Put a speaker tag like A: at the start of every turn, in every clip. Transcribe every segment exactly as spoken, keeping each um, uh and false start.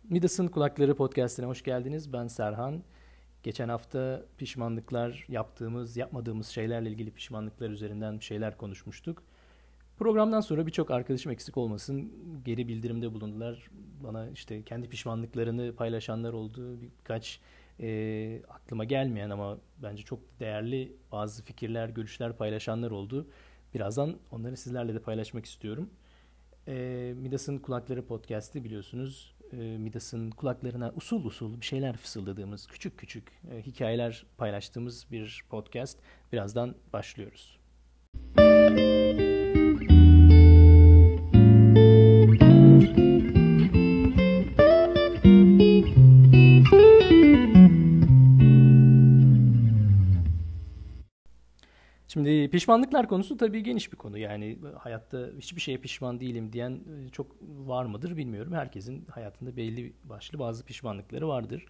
A: Midas'ın Kulakları Podcast'ine hoş geldiniz. Ben Serhan. Geçen hafta pişmanlıklar, yaptığımız, yapmadığımız şeylerle ilgili pişmanlıklar üzerinden şeyler konuşmuştuk. Programdan sonra birçok arkadaşım eksik olmasın geri bildirimde bulundular. Bana işte kendi pişmanlıklarını paylaşanlar oldu. Birkaç e, aklıma gelmeyen ama bence çok değerli bazı fikirler, görüşler paylaşanlar oldu. Birazdan onları sizlerle de paylaşmak istiyorum. E, Midas'ın Kulakları Podcast'i biliyorsunuz. E, Midas'ın kulaklarına usul usul bir şeyler fısıldadığımız, küçük küçük e, hikayeler paylaştığımız bir podcast. Birazdan başlıyoruz. Şimdi pişmanlıklar konusu tabii geniş bir konu. Yani hayatta hiçbir şeye pişman değilim diyen e, çok var mıdır bilmiyorum. Herkesin hayatında belli başlı bazı pişmanlıkları vardır.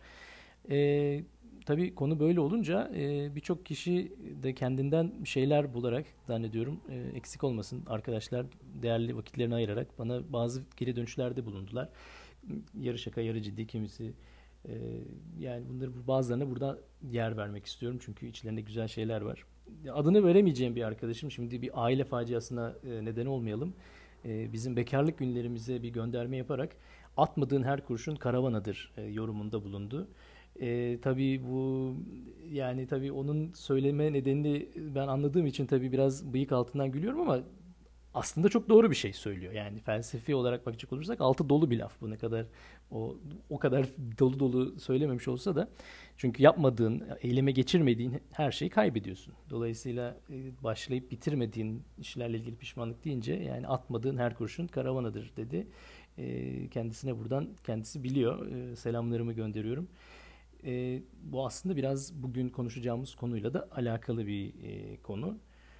A: E, tabii konu böyle olunca e, birçok kişi de kendinden şeyler bularak zannediyorum e, eksik olmasın arkadaşlar değerli vakitlerini ayırarak bana bazı geri dönüşlerde bulundular. Yarı şaka yarı ciddi kimisi. e, Yani bunları bazılarına burada yer vermek istiyorum çünkü içlerinde güzel şeyler var. Adını veremeyeceğim bir arkadaşım. Şimdi bir aile faciasına e, neden olmayalım. E, bizim bekarlık günlerimize bir gönderme yaparak atmadığın her kurşun karavanadır e, yorumunda bulundu. E, tabii bu yani tabii onun söyleme nedenini ben anladığım için tabii biraz bıyık altından gülüyorum ama aslında çok doğru bir şey söylüyor. Yani felsefi olarak bakacak olursak altı dolu bir laf bu ne kadar o o kadar dolu dolu söylememiş olsa da çünkü yapmadığın, eyleme geçirmediğin her şeyi kaybediyorsun. Dolayısıyla e, başlayıp bitirmediğin işlerle ilgili pişmanlık deyince yani atmadığın her kurşun karavanadır dedi. E, kendisine buradan kendisi biliyor. E, selamlarımı gönderiyorum. E, bu aslında biraz bugün konuşacağımız konuyla da alakalı bir e, konu.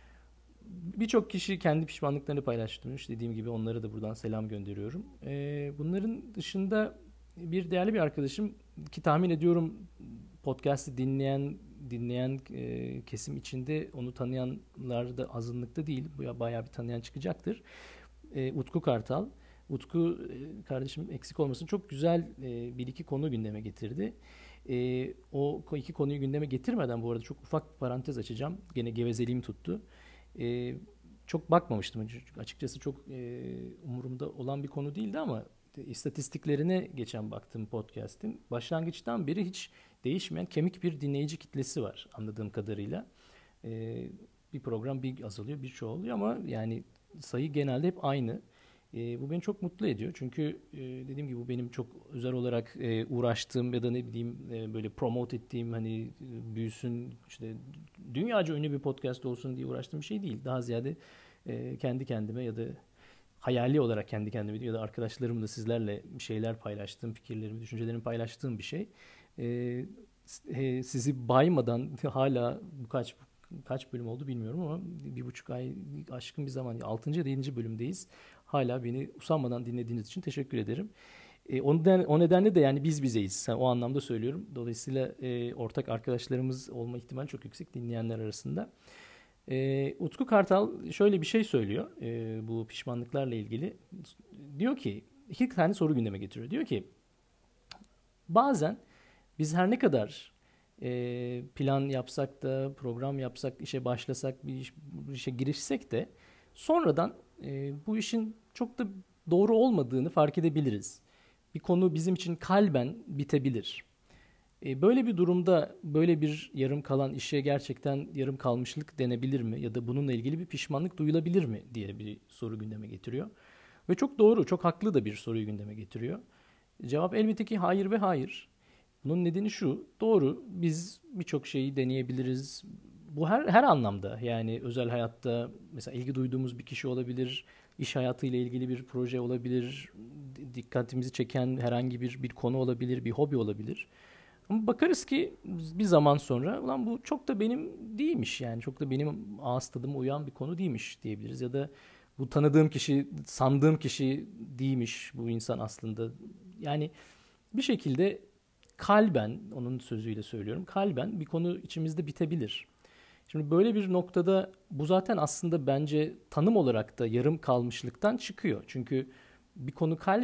A: Birçok kişi kendi pişmanlıklarını paylaştırmış. Dediğim gibi onlara da buradan selam gönderiyorum. Ee, bunların dışında bir değerli bir arkadaşım ki tahmin ediyorum podcast'i dinleyen dinleyen e, kesim içinde onu tanıyanlar da azınlıkta değil. Bayağı bir tanıyan çıkacaktır. E, Utku Kartal. Utku e, kardeşim eksik olmasın çok güzel e, bir iki konu gündeme getirdi. E, o iki konuyu gündeme getirmeden bu arada çok ufak bir parantez açacağım. Gene gevezeliğim tuttu. E, Çok bakmamıştım açıkçası çok e, umurumda olan bir konu değildi ama istatistiklerine geçen baktım podcast'in. Başlangıçtan beri hiç değişmeyen kemik bir dinleyici kitlesi var anladığım kadarıyla. E, Bir program bir azalıyor bir çoğalıyor ama yani sayı genelde hep aynı. E, bu beni çok mutlu ediyor. Çünkü e, dediğim gibi bu benim çok özel olarak e, uğraştığım ya da ne bileyim e, böyle promote ettiğim hani e, büyüsün işte dünyaca ünlü bir podcast olsun diye uğraştığım bir şey değil. Daha ziyade e, kendi kendime ya da hayali olarak kendi kendime ya da arkadaşlarımla sizlerle bir şeyler paylaştığım, fikirlerimi, düşüncelerimi paylaştığım bir şey. E, e, Sizi baymadan hala bu kaç kaç bölüm oldu bilmiyorum ama bir buçuk ay aşkın bir zaman altıncı ya da yedinci bölümdeyiz. Hala beni usanmadan dinlediğiniz için teşekkür ederim. E, o, neden, o nedenle de yani biz bizeyiz. Yani o anlamda söylüyorum. Dolayısıyla e, ortak arkadaşlarımız olma ihtimali çok yüksek dinleyenler arasında. E, Utku Kartal şöyle bir şey söylüyor e, bu pişmanlıklarla ilgili. Diyor ki iki tane soru gündeme getiriyor. Diyor ki bazen biz her ne kadar e, plan yapsak da program yapsak, işe başlasak, bir, iş, bir işe girişsek de sonradan e, bu işin çok da doğru olmadığını fark edebiliriz. Bir konu bizim için kalben bitebilir. E, böyle bir durumda böyle bir yarım kalan işe gerçekten yarım kalmışlık denebilir mi? Ya da bununla ilgili bir pişmanlık duyulabilir mi diye bir soru gündeme getiriyor. Ve çok doğru, çok haklı da bir soruyu gündeme getiriyor. Cevap elbette ki hayır ve hayır. Bunun nedeni şu, doğru biz birçok şeyi deneyebiliriz. Bu her her anlamda yani özel hayatta mesela ilgi duyduğumuz bir kişi olabilir, iş hayatıyla ilgili bir proje olabilir, dikkatimizi çeken herhangi bir bir konu olabilir, bir hobi olabilir. Ama bakarız ki bir zaman sonra ulan bu çok da benim değilmiş yani çok da benim ağız tadıma uyan bir konu değilmiş diyebiliriz ya da bu tanıdığım kişi, sandığım kişi değilmiş bu insan aslında. Yani bir şekilde kalben, onun sözüyle söylüyorum, kalben bir konu içimizde bitebilir. Şimdi böyle bir noktada bu zaten aslında bence tanım olarak da yarım kalmışlıktan çıkıyor. Çünkü bir konu kalben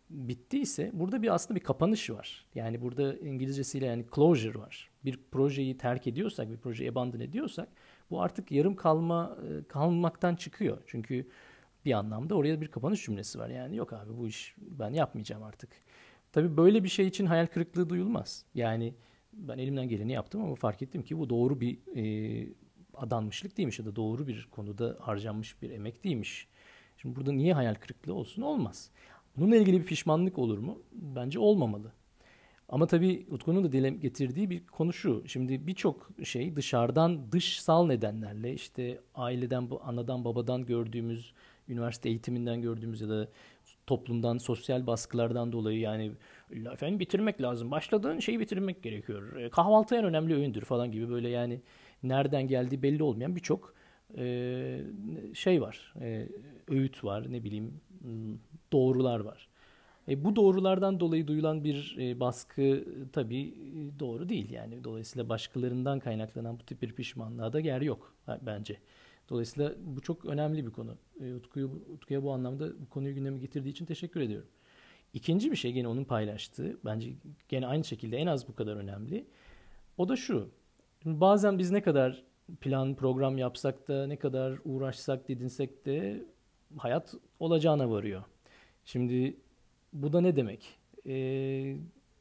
A: bittiyse burada bir aslında bir kapanış var. Yani burada İngilizcesiyle yani closure var. Bir projeyi terk ediyorsak, bir projeyi abandon ediyorsak bu artık yarım kalma kalmaktan çıkıyor. Çünkü bir anlamda oraya bir kapanış cümlesi var. Yani yok abi bu iş ben yapmayacağım artık. Tabii böyle bir şey için hayal kırıklığı duyulmaz. Yani ben elimden geleni yaptım ama fark ettim ki bu doğru bir e, adanmışlık değilmiş ya da doğru bir konuda harcanmış bir emek değilmiş. Şimdi burada niye hayal kırıklığı olsun? Olmaz. Bununla ilgili bir pişmanlık olur mu? Bence olmamalı. Ama tabii Utku'nun da dile getirdiği bir konu şu. Şimdi birçok şey dışarıdan dışsal nedenlerle işte aileden, anadan, babadan gördüğümüz, üniversite eğitiminden gördüğümüz ya da toplumdan, sosyal baskılardan dolayı yani efendim bitirmek lazım. Başladığın şeyi bitirmek gerekiyor. E, kahvaltı en önemli öğündür falan gibi böyle yani nereden geldiği belli olmayan birçok e, şey var. E, öğüt var, ne bileyim doğrular var. E, bu doğrulardan dolayı duyulan bir e, baskı tabii e, doğru değil yani. Dolayısıyla başkalarından kaynaklanan bu tip bir pişmanlığa da yer yok bence. Dolayısıyla bu çok önemli bir konu. E, Utku'yu, Utku'ya bu anlamda bu konuyu gündeme getirdiği için teşekkür ediyorum. İkinci bir şey gene onun paylaştığı, bence gene aynı şekilde en az bu kadar önemli. O da şu. Bazen biz ne kadar plan program yapsak da ne kadar uğraşsak didinsek de hayat olacağına varıyor. Şimdi bu da ne demek? Ee,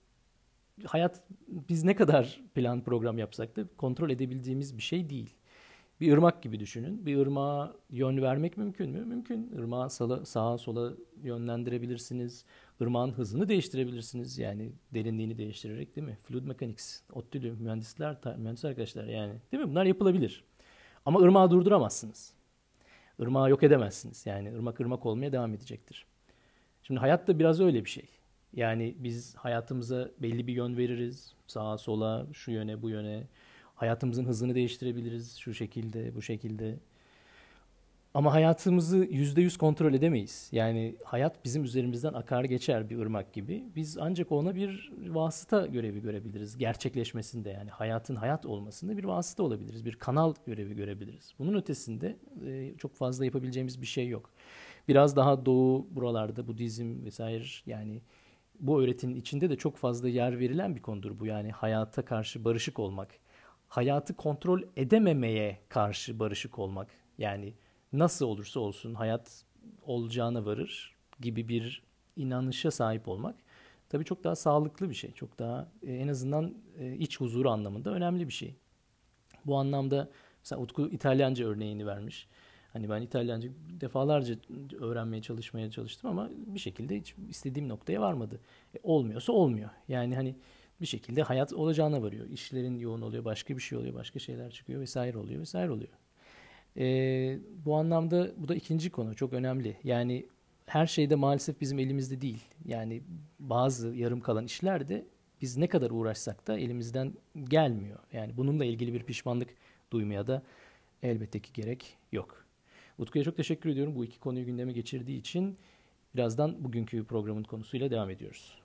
A: hayat biz ne kadar plan program yapsak da kontrol edebildiğimiz bir şey değil. Bir ırmak gibi düşünün. Bir ırmağa yön vermek mümkün mü? Mümkün. Irmağı sağa, sağa sola yönlendirebilirsiniz. Irmağın hızını değiştirebilirsiniz. Yani derinliğini değiştirerek değil mi? Fluid mechanics, ODTÜ'lü mühendisler, mühendis arkadaşlar yani. Değil mi? Bunlar yapılabilir. Ama ırmağı durduramazsınız. Irmağı yok edemezsiniz. Yani ırmak ırmak olmaya devam edecektir. Şimdi hayat da biraz öyle bir şey. Yani biz hayatımıza belli bir yön veririz. Sağa sola, şu yöne, bu yöne. Hayatımızın hızını değiştirebiliriz şu şekilde, bu şekilde. Ama hayatımızı yüzde yüz kontrol edemeyiz. Yani hayat bizim üzerimizden akar geçer bir ırmak gibi. Biz ancak ona bir vasıta görevi görebiliriz. Gerçekleşmesinde yani hayatın hayat olmasında bir vasıta olabiliriz. Bir kanal görevi görebiliriz. Bunun ötesinde e, çok fazla yapabileceğimiz bir şey yok. Biraz daha doğu buralarda Budizm vesaire yani bu öğretinin içinde de çok fazla yer verilen bir konudur bu. Yani hayata karşı barışık olmak. Hayatı kontrol edememeye karşı barışık olmak. Yani nasıl olursa olsun hayat olacağına varır gibi bir inanışa sahip olmak tabii çok daha sağlıklı bir şey. Çok daha en azından iç huzuru anlamında önemli bir şey. Bu anlamda mesela Utku İtalyanca örneğini vermiş. Hani ben İtalyanca defalarca öğrenmeye çalışmaya çalıştım ama bir şekilde hiç istediğim noktaya varmadı. E, olmuyorsa olmuyor. Yani hani bir şekilde hayat olacağına varıyor. İşlerin yoğun oluyor, başka bir şey oluyor, başka şeyler çıkıyor vesaire oluyor vesaire oluyor. E, bu anlamda bu da ikinci konu çok önemli. Yani her şey de maalesef bizim elimizde değil. Yani bazı yarım kalan işler de biz ne kadar uğraşsak da elimizden gelmiyor. Yani bununla ilgili bir pişmanlık duymaya da elbette ki gerek yok. Utku'ya çok teşekkür ediyorum bu iki konuyu gündeme geçirdiği için. Birazdan bugünkü programın konusuyla devam ediyoruz.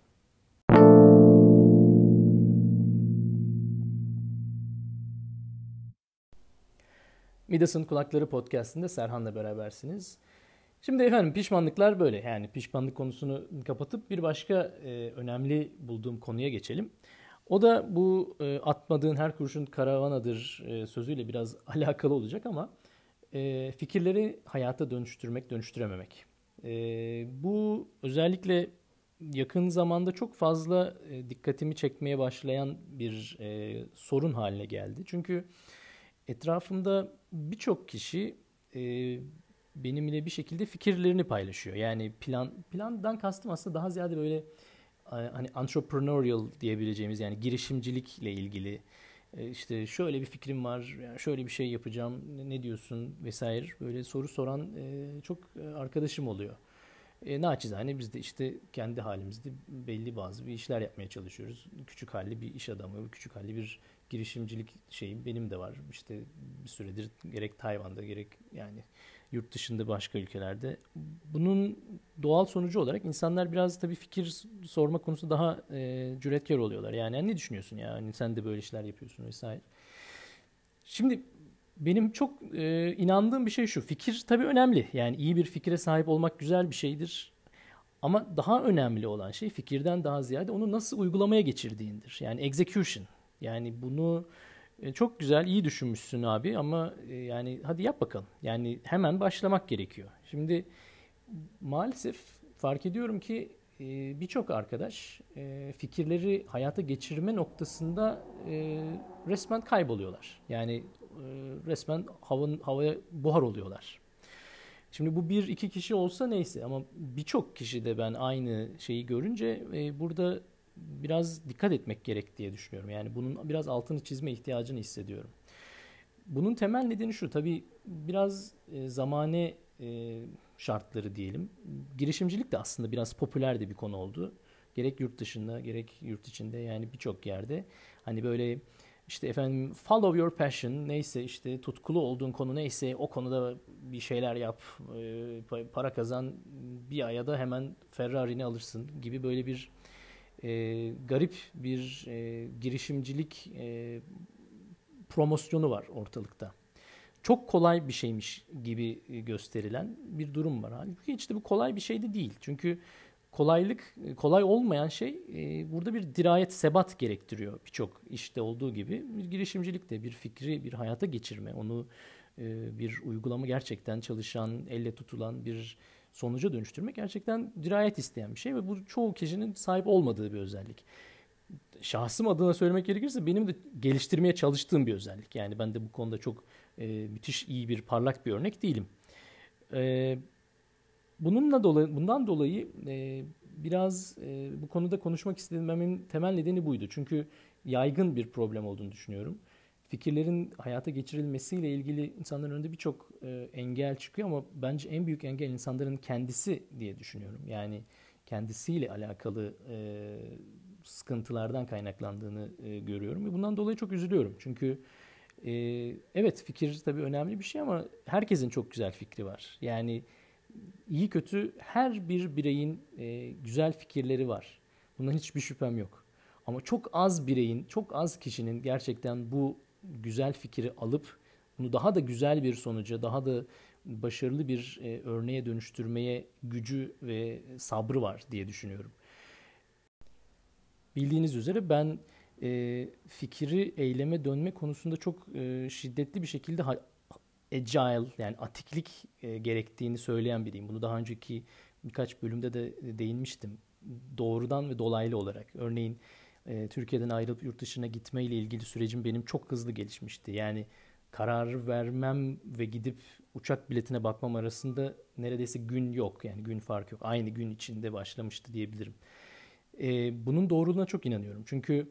A: Midas'ın Kulakları Podcast'inde Serhan'la berabersiniz. Şimdi efendim pişmanlıklar böyle. Yani pişmanlık konusunu kapatıp bir başka e, önemli bulduğum konuya geçelim. O da bu e, atmadığın her kurşun karavanadır e, sözüyle biraz alakalı olacak ama e, fikirleri hayata dönüştürmek, dönüştürememek. E, bu özellikle yakın zamanda çok fazla e, dikkatimi çekmeye başlayan bir e, sorun haline geldi. Çünkü etrafımda birçok kişi e, benimle bir şekilde fikirlerini paylaşıyor. Yani plan plandan kastım aslında daha ziyade böyle hani entrepreneurial diyebileceğimiz yani girişimcilikle ilgili işte şöyle bir fikrim var, yani şöyle bir şey yapacağım, ne diyorsun vesaire böyle soru soran çok arkadaşım oluyor. E, naçizane biz de işte kendi halimizde belli bazı bir işler yapmaya çalışıyoruz. Küçük halli bir iş adamı, küçük halli bir girişimcilik şeyim benim de var. İşte bir süredir gerek Tayvan'da gerek yani yurt dışında başka ülkelerde. Bunun doğal sonucu olarak insanlar biraz tabii fikir sorma konusu daha e, cüretkar oluyorlar. Yani, yani ne düşünüyorsun ya? Hani sen de böyle işler yapıyorsun vesaire. Şimdi benim çok e, inandığım bir şey şu. Fikir tabii önemli. Yani iyi bir fikre sahip olmak güzel bir şeydir. Ama daha önemli olan şey fikirden daha ziyade onu nasıl uygulamaya geçirdiğindir. Yani execution. Yani bunu e, çok güzel, iyi düşünmüşsün abi ama e, yani hadi yap bakalım. Yani hemen başlamak gerekiyor. Şimdi maalesef fark ediyorum ki e, birçok arkadaş e, fikirleri hayata geçirme noktasında e, resmen kayboluyorlar. Yani e, resmen havanın, havaya buhar oluyorlar. Şimdi bu bir iki kişi olsa neyse ama birçok kişi de ben aynı şeyi görünce e, burada biraz dikkat etmek gerek diye düşünüyorum. Yani bunun biraz altını çizme ihtiyacını hissediyorum. Bunun temel nedeni şu, tabii biraz e, zamane e, şartları diyelim. Girişimcilik de aslında biraz popüler de bir konu oldu. Gerek yurt dışında gerek yurt içinde, yani birçok yerde. Hani böyle işte efendim follow your passion, neyse işte tutkulu olduğun konu neyse o konuda bir şeyler yap, e, para kazan, bir aya da hemen Ferrari'ni alırsın gibi böyle bir e, garip bir e, girişimcilik e, promosyonu var ortalıkta. Çok kolay bir şeymiş gibi gösterilen bir durum var. Halbuki işte bu kolay bir şey de değil. Çünkü kolaylık, kolay olmayan şey e, burada bir dirayet, sebat gerektiriyor birçok işte olduğu gibi. Bir girişimcilik de bir fikri bir hayata geçirme, onu e, bir uygulama, gerçekten çalışan, elle tutulan bir sonuca dönüştürmek gerçekten dirayet isteyen bir şey ve bu çoğu kişinin sahip olmadığı bir özellik. Şahsım adına söylemek gerekirse benim de geliştirmeye çalıştığım bir özellik. Yani ben de bu konuda çok e, müthiş iyi bir parlak bir örnek değilim. E, bununla dolayı bundan dolayı e, biraz e, bu konuda konuşmak istememin temel nedeni buydu. Çünkü yaygın bir problem olduğunu düşünüyorum. Fikirlerin hayata geçirilmesiyle ilgili insanların önünde birçok e, engel çıkıyor ama bence en büyük engel insanların kendisi diye düşünüyorum. Yani kendisiyle alakalı e, sıkıntılardan kaynaklandığını e, görüyorum ve bundan dolayı çok üzülüyorum. Çünkü e, evet, fikir tabii önemli bir şey ama herkesin çok güzel fikri var. Yani iyi kötü her bir bireyin e, güzel fikirleri var. Bundan hiçbir şüphem yok. Ama çok az bireyin, çok az kişinin gerçekten bu güzel fikri alıp bunu daha da güzel bir sonuca, daha da başarılı bir e, örneğe dönüştürmeye gücü ve sabrı var diye düşünüyorum. Bildiğiniz üzere ben e, fikri eyleme dönme konusunda çok e, şiddetli bir şekilde ha- agile, yani atiklik e, gerektiğini söyleyen biriyim. Bunu daha önceki birkaç bölümde de değinmiştim. Doğrudan ve dolaylı olarak. Örneğin e, Türkiye'den ayrılıp yurt dışına gitme ile ilgili sürecim benim çok hızlı gelişmişti. Yani karar vermem ve gidip uçak biletine bakmam arasında neredeyse gün yok. Yani gün fark yok. Aynı gün içinde başlamıştı diyebilirim. E, bunun doğruluğuna çok inanıyorum. Çünkü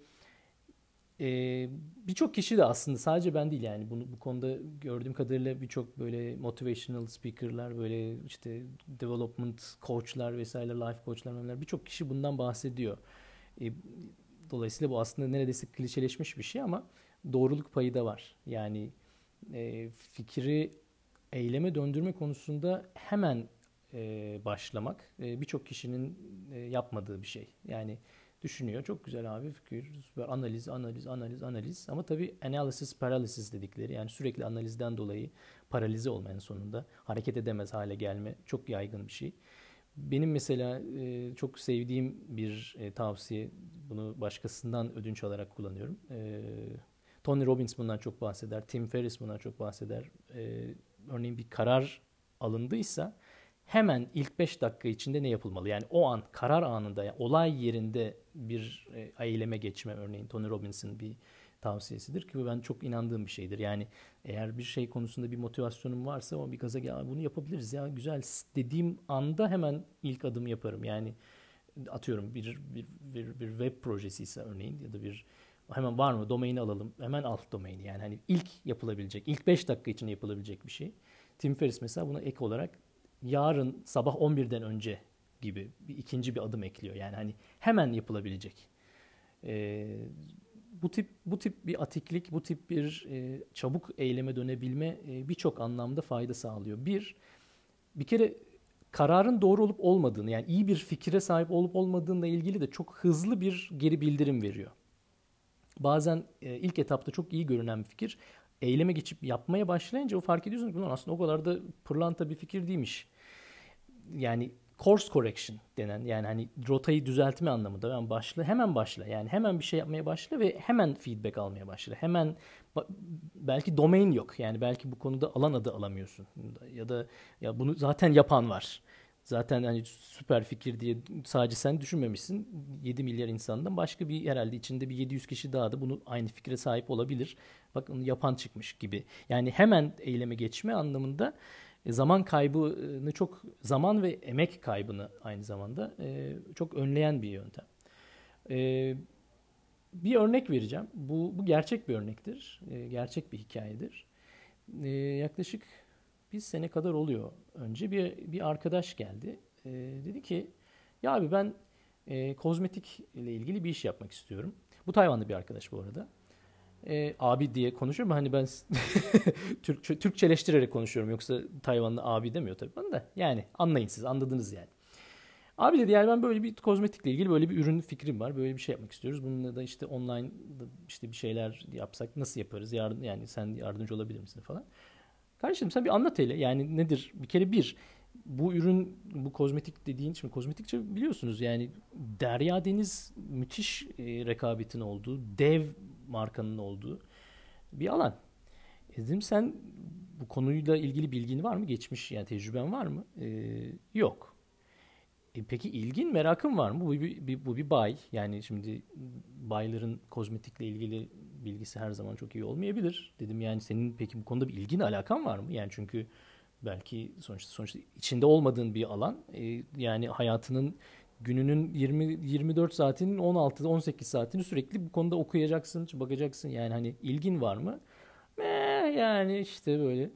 A: e, birçok kişi de aslında, sadece ben değil yani, bunu bu konuda gördüğüm kadarıyla birçok böyle motivational speaker'lar, böyle işte development coach'lar vesaire, life coach'lar, birçok kişi bundan bahsediyor. E, dolayısıyla bu aslında neredeyse klişeleşmiş bir şey ama doğruluk payı da var. Yani e, fikri eyleme döndürme konusunda hemen e, başlamak e, birçok kişinin e, yapmadığı bir şey. Yani düşünüyor, çok güzel abi fikir, süper, analiz, analiz, analiz, analiz. Ama tabii analysis paralysis dedikleri, yani sürekli analizden dolayı paralize olma, en sonunda hareket edemez hale gelme çok yaygın bir şey. Benim mesela e, çok sevdiğim bir e, tavsiye, bunu başkasından ödünç alarak kullanıyorum. E, Tony Robbins bundan çok bahseder, Tim Ferriss bundan çok bahseder. E, örneğin bir karar alındıysa hemen ilk beş dakika içinde ne yapılmalı? Yani o an, karar anında, yani olay yerinde bir e, eyleme geçme, örneğin Tony Robbins'in bir tavsiyesidir ki bu ben çok inandığım bir şeydir. Yani eğer bir şey konusunda bir motivasyonum varsa o bir gaza gel, bunu yapabiliriz ya, güzel dediğim anda hemen ilk adım yaparım. Yani atıyorum bir, bir, bir, bir web projesi ise örneğin, ya da bir, hemen var mı domaini alalım, hemen alt domaini, yani hani ilk yapılabilecek, ilk beş dakika içinde yapılabilecek bir şey. Tim Ferriss mesela buna ek olarak yarın sabah on birden önce gibi bir ikinci bir adım ekliyor. Yani hani hemen yapılabilecek. Ee, bu tip bu tip bir atiklik, bu tip bir e, çabuk eyleme dönebilme e, birçok anlamda fayda sağlıyor. Bir, bir kere kararın doğru olup olmadığını, yani iyi bir fikire sahip olup olmadığıyla ilgili de çok hızlı bir geri bildirim veriyor. Bazen e, ilk etapta çok iyi görünen bir fikir, eyleme geçip yapmaya başlayınca o fark ediyorsun ki bunlar aslında o kadar da pırlanta bir fikir değilmiş. Yani course correction denen, yani hani rotayı düzeltme anlamında, ben başla, hemen başla, yani hemen bir şey yapmaya başla ve hemen feedback almaya başla. Hemen belki domain yok, yani belki bu konuda alan adı alamıyorsun ya da ya bunu zaten yapan var. Zaten hani süper fikir diye sadece sen düşünmemişsin. yedi milyar insandan başka bir, herhalde içinde bir yedi yüz kişi daha da bunu aynı fikre sahip olabilir. Bak onu yapan çıkmış gibi. Yani hemen eyleme geçme anlamında zaman kaybını çok, zaman ve emek kaybını aynı zamanda e, çok önleyen bir yöntem. E, bir örnek vereceğim. Bu, bu gerçek bir örnektir. E, gerçek bir hikayedir. E, yaklaşık bir sene kadar oluyor önce bir bir arkadaş geldi. E, dedi ki ya abi ben e, kozmetik ile ilgili bir iş yapmak istiyorum. Bu Tayvanlı bir arkadaş bu arada. E, abi diye konuşuyorum. Hani ben Türkçe, Türkçeleştirerek konuşuyorum. Yoksa Tayvanlı abi demiyor tabii bana da. Yani anlayın siz, anladınız yani. Abi dedi yani ben böyle bir kozmetikle ilgili böyle bir ürün fikrim var. Böyle bir şey yapmak istiyoruz. Bununla da işte online işte bir şeyler yapsak nasıl yaparız? Yardım, yani sen yardımcı olabilir misin falan. Kardeşim sen bir anlat hele. Yani nedir? Bir kere bir, bu ürün, bu kozmetik dediğin, şimdi kozmetikçe biliyorsunuz yani derya deniz müthiş e, rekabetin olduğu, dev markanın olduğu bir alan. E dedim sen bu konuyla ilgili bilgin var mı? Geçmiş yani tecrüben var mı? E, yok. E peki ilgin, merakın var mı? Bu bir, bir, bu bir bay. Yani şimdi bayların kozmetikle ilgili bilgisi her zaman çok iyi olmayabilir. Dedim yani senin peki bu konuda bir ilgin, alakan var mı? Yani çünkü belki sonuçta sonuçta içinde olmadığın bir alan. E, yani hayatının, gününün yirmi yirmi dört saatinin on altı on sekiz saatini sürekli bu konuda okuyacaksın, bakacaksın. Yani hani ilgin var mı? E, yani işte böyle.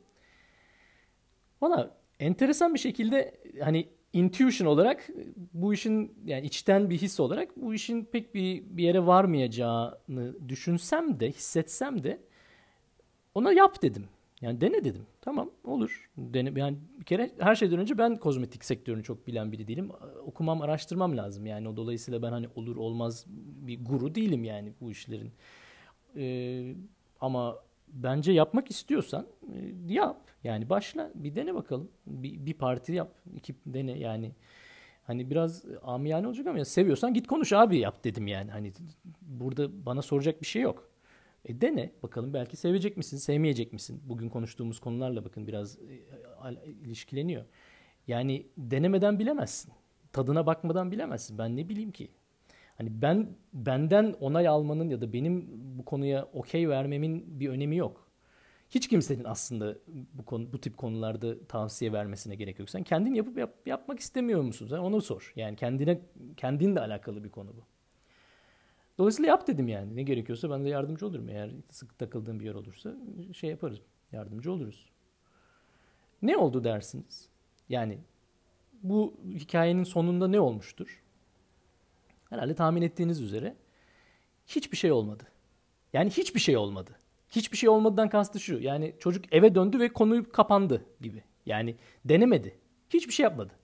A: Valla enteresan bir şekilde hani intuition olarak bu işin, yani içten bir his olarak bu işin pek bir bir yere varmayacağını düşünsem de, hissetsem de ona yap dedim. Yani dene dedim. Tamam olur. Dene, yani bir kere her şeyden önce ben kozmetik sektörünü çok bilen biri değilim. Okumam, araştırmam lazım. Yani o dolayısıyla ben hani olur olmaz bir guru değilim yani bu işlerin. Ee, ama bence yapmak istiyorsan e, yap. Yani başla, bir dene bakalım. Bir, bir parti yap, iki dene yani. Hani biraz amiyane olacak ama ya seviyorsan git konuş abi yap dedim yani. Hani burada bana soracak bir şey yok. E dene bakalım, belki sevecek misin, sevmeyecek misin? Bugün konuştuğumuz konularla bakın biraz e, ilişkileniyor. Yani denemeden bilemezsin. Tadına bakmadan bilemezsin. Ben ne bileyim ki? Hani ben benden onay almanın ya da benim bu konuya okey vermemin bir önemi yok. Hiç kimsenin aslında bu konu, bu tip konularda tavsiye vermesine gerek yok. Sen kendin yapıp yap, yapmak istemiyor musun? Sen onu sor. Yani kendine, kendinle alakalı bir konu bu. Dolayısıyla yap dedim yani. Ne gerekiyorsa ben de yardımcı olurum. Eğer sık takıldığım bir yer olursa şey yaparız. Yardımcı oluruz. Ne oldu dersiniz? Yani bu hikayenin sonunda ne olmuştur? Herhalde tahmin ettiğiniz üzere hiçbir şey olmadı. Yani hiçbir şey olmadı. Hiçbir şey olmadıdan kastı şu. Yani çocuk eve döndü ve konuyu kapandı gibi. Yani denemedi. Hiçbir şey yapmadı.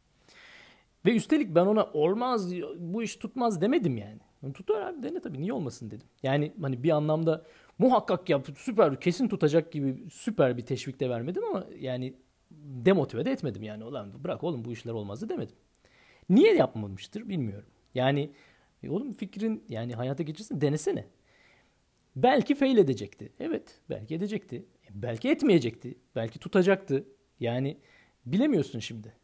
A: Ve üstelik ben ona olmaz, bu iş tutmaz demedim yani. Tutar abi, dene tabii, niye olmasın dedim. Yani hani bir anlamda muhakkak yap, süper, kesin tutacak gibi süper bir teşvik de vermedim ama yani demotive de etmedim yani. Ulan bırak oğlum bu işler olmazdı demedim. Niye yapmamıştır bilmiyorum. Yani e oğlum fikrin yani hayata geçirsin, denesene. Belki fail edecekti. Evet, belki edecekti. E, belki etmeyecekti. Belki tutacaktı. Yani bilemiyorsun şimdi.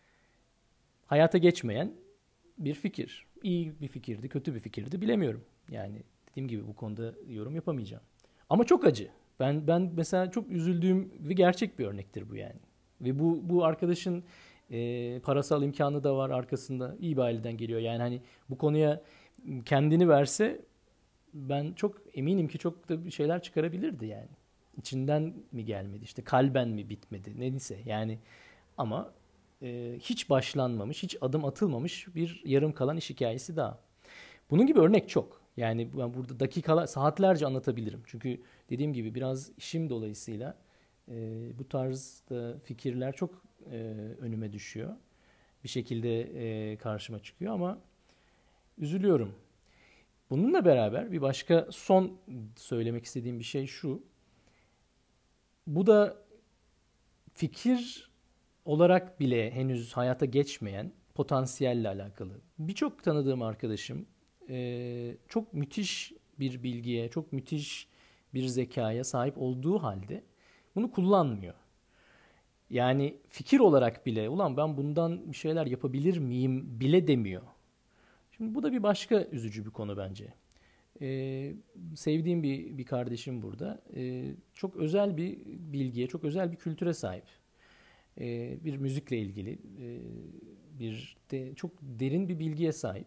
A: Hayata geçmeyen bir fikir. İyi bir fikirdi, kötü bir fikirdi bilemiyorum. Yani dediğim gibi bu konuda yorum yapamayacağım. Ama çok acı. Ben ben mesela çok üzüldüğüm ve gerçek bir örnektir bu yani. Ve bu bu arkadaşın e, parasal imkanı da var arkasında. İyi bir aileden geliyor. Yani hani bu konuya kendini verse ben çok eminim ki çok da bir şeyler çıkarabilirdi yani. İçinden mi gelmedi, işte kalben mi bitmedi, neyse yani. Ama e, hiç başlanmamış, hiç adım atılmamış bir yarım kalan iş hikayesi daha. Bunun gibi örnek çok. Yani ben burada dakikalar, saatlerce anlatabilirim. Çünkü dediğim gibi biraz işim dolayısıyla e, bu tarzda fikirler çok e, önüme düşüyor. Bir şekilde e, karşıma çıkıyor ama üzülüyorum. Bununla beraber bir başka son söylemek istediğim bir şey şu. Bu da fikir olarak bile henüz hayata geçmeyen potansiyelle alakalı. Birçok tanıdığım arkadaşım e, çok müthiş bir bilgiye, çok müthiş bir zekaya sahip olduğu halde bunu kullanmıyor. Yani fikir olarak bile ulan ben bundan bir şeyler yapabilir miyim bile demiyor. Şimdi bu da bir başka üzücü bir konu bence. Ee, sevdiğim bir, bir kardeşim burada. Ee, çok özel bir bilgiye, çok özel bir kültüre sahip. Ee, bir müzikle ilgili e, bir de çok derin bir bilgiye sahip.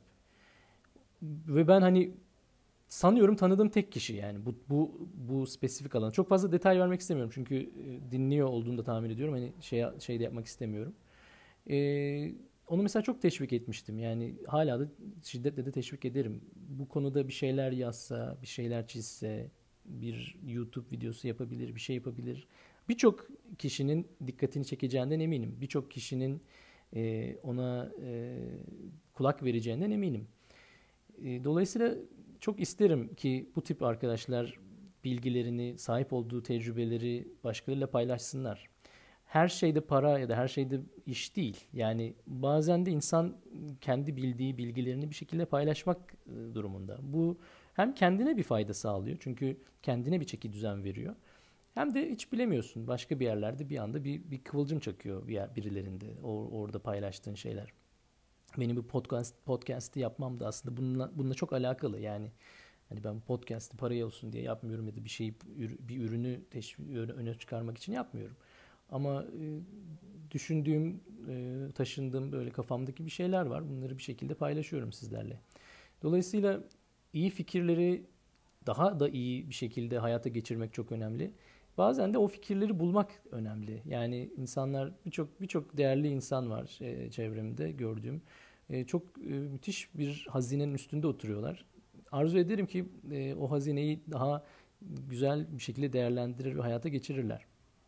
A: Ve ben hani sanıyorum tanıdığım tek kişi yani bu bu bu spesifik alana. Çok fazla detay vermek istemiyorum çünkü e, dinliyor olduğunu da tahmin ediyorum. Hani şey şey de yapmak istemiyorum. Ee, onu mesela çok teşvik etmiştim. Yani hala da şiddetle de teşvik ederim. Bu konuda bir şeyler yazsa, bir şeyler çizse, bir YouTube videosu yapabilir, bir şey yapabilir. Birçok kişinin dikkatini çekeceğinden eminim. Birçok kişinin e, ona e, kulak vereceğinden eminim. E, dolayısıyla çok isterim ki bu tip arkadaşlar bilgilerini, sahip olduğu tecrübeleri başkalarıyla paylaşsınlar. Her şeyde para ya da her şeyde iş değil. Yani bazen de insan kendi bildiği bilgilerini bir şekilde paylaşmak e, durumunda. Bu hem kendine bir fayda sağlıyor. Çünkü kendine bir çeki düzen veriyor. Hem de hiç bilemiyorsun. Başka bir yerlerde bir anda bir, bir kıvılcım çakıyor bir yer, birilerinde. Or, orada paylaştığın şeyler. Benim bu podcast podcast'i yapmam da aslında bununla, bununla çok alakalı. Yani hani ben podcast'i paraya olsun diye yapmıyorum ya da bir şeyi bir ürünü teşvik, öne çıkarmak için yapmıyorum. Ama e, düşündüğüm, e, taşındığım böyle kafamdaki bir şeyler var. Bunları bir şekilde paylaşıyorum sizlerle. Dolayısıyla iyi fikirleri daha da iyi bir şekilde hayata geçirmek çok önemli. Bazen de o fikirleri bulmak önemli. Yani insanlar birçok birçok değerli insan var e, çevremde gördüğüm. E, çok e, müthiş bir hazinenin üstünde oturuyorlar. Arzu ederim ki e, o hazineyi daha güzel bir şekilde değerlendirir ve hayata geçirirler.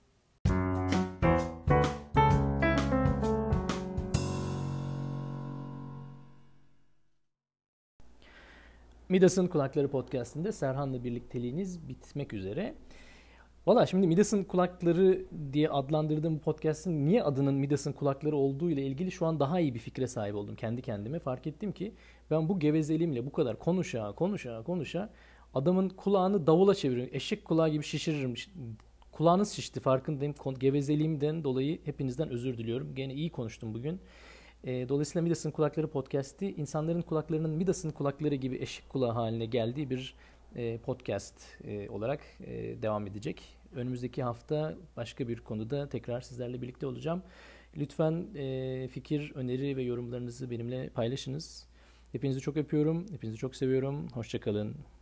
A: Midas'ın Kulakları Podcast'inde Serhan'la birlikteliğiniz bitmek üzere. Valla şimdi Midas'ın Kulakları diye adlandırdığım podcast'ın niye adının Midas'ın Kulakları olduğu ile ilgili şu an daha iyi bir fikre sahip oldum kendi kendime. Fark ettim ki ben bu gevezeliğimle bu kadar konuşa konuşa konuşa adamın kulağını davula çeviriyorum. Eşek kulağı gibi şişiririm. Kulağınız şişti farkındayım. Gevezeliğimden dolayı hepinizden özür diliyorum. Gene iyi konuştum bugün. E, dolayısıyla Midas'ın Kulakları podcast'i insanların kulaklarının Midas'ın kulakları gibi eşek kulağı haline geldiği bir e, podcast e, olarak e, devam edecek. Önümüzdeki hafta başka bir konuda tekrar sizlerle birlikte olacağım. Lütfen e, fikir, öneri ve yorumlarınızı benimle paylaşınız. Hepinizi çok öpüyorum. Hepinizi çok seviyorum. Hoşça kalın.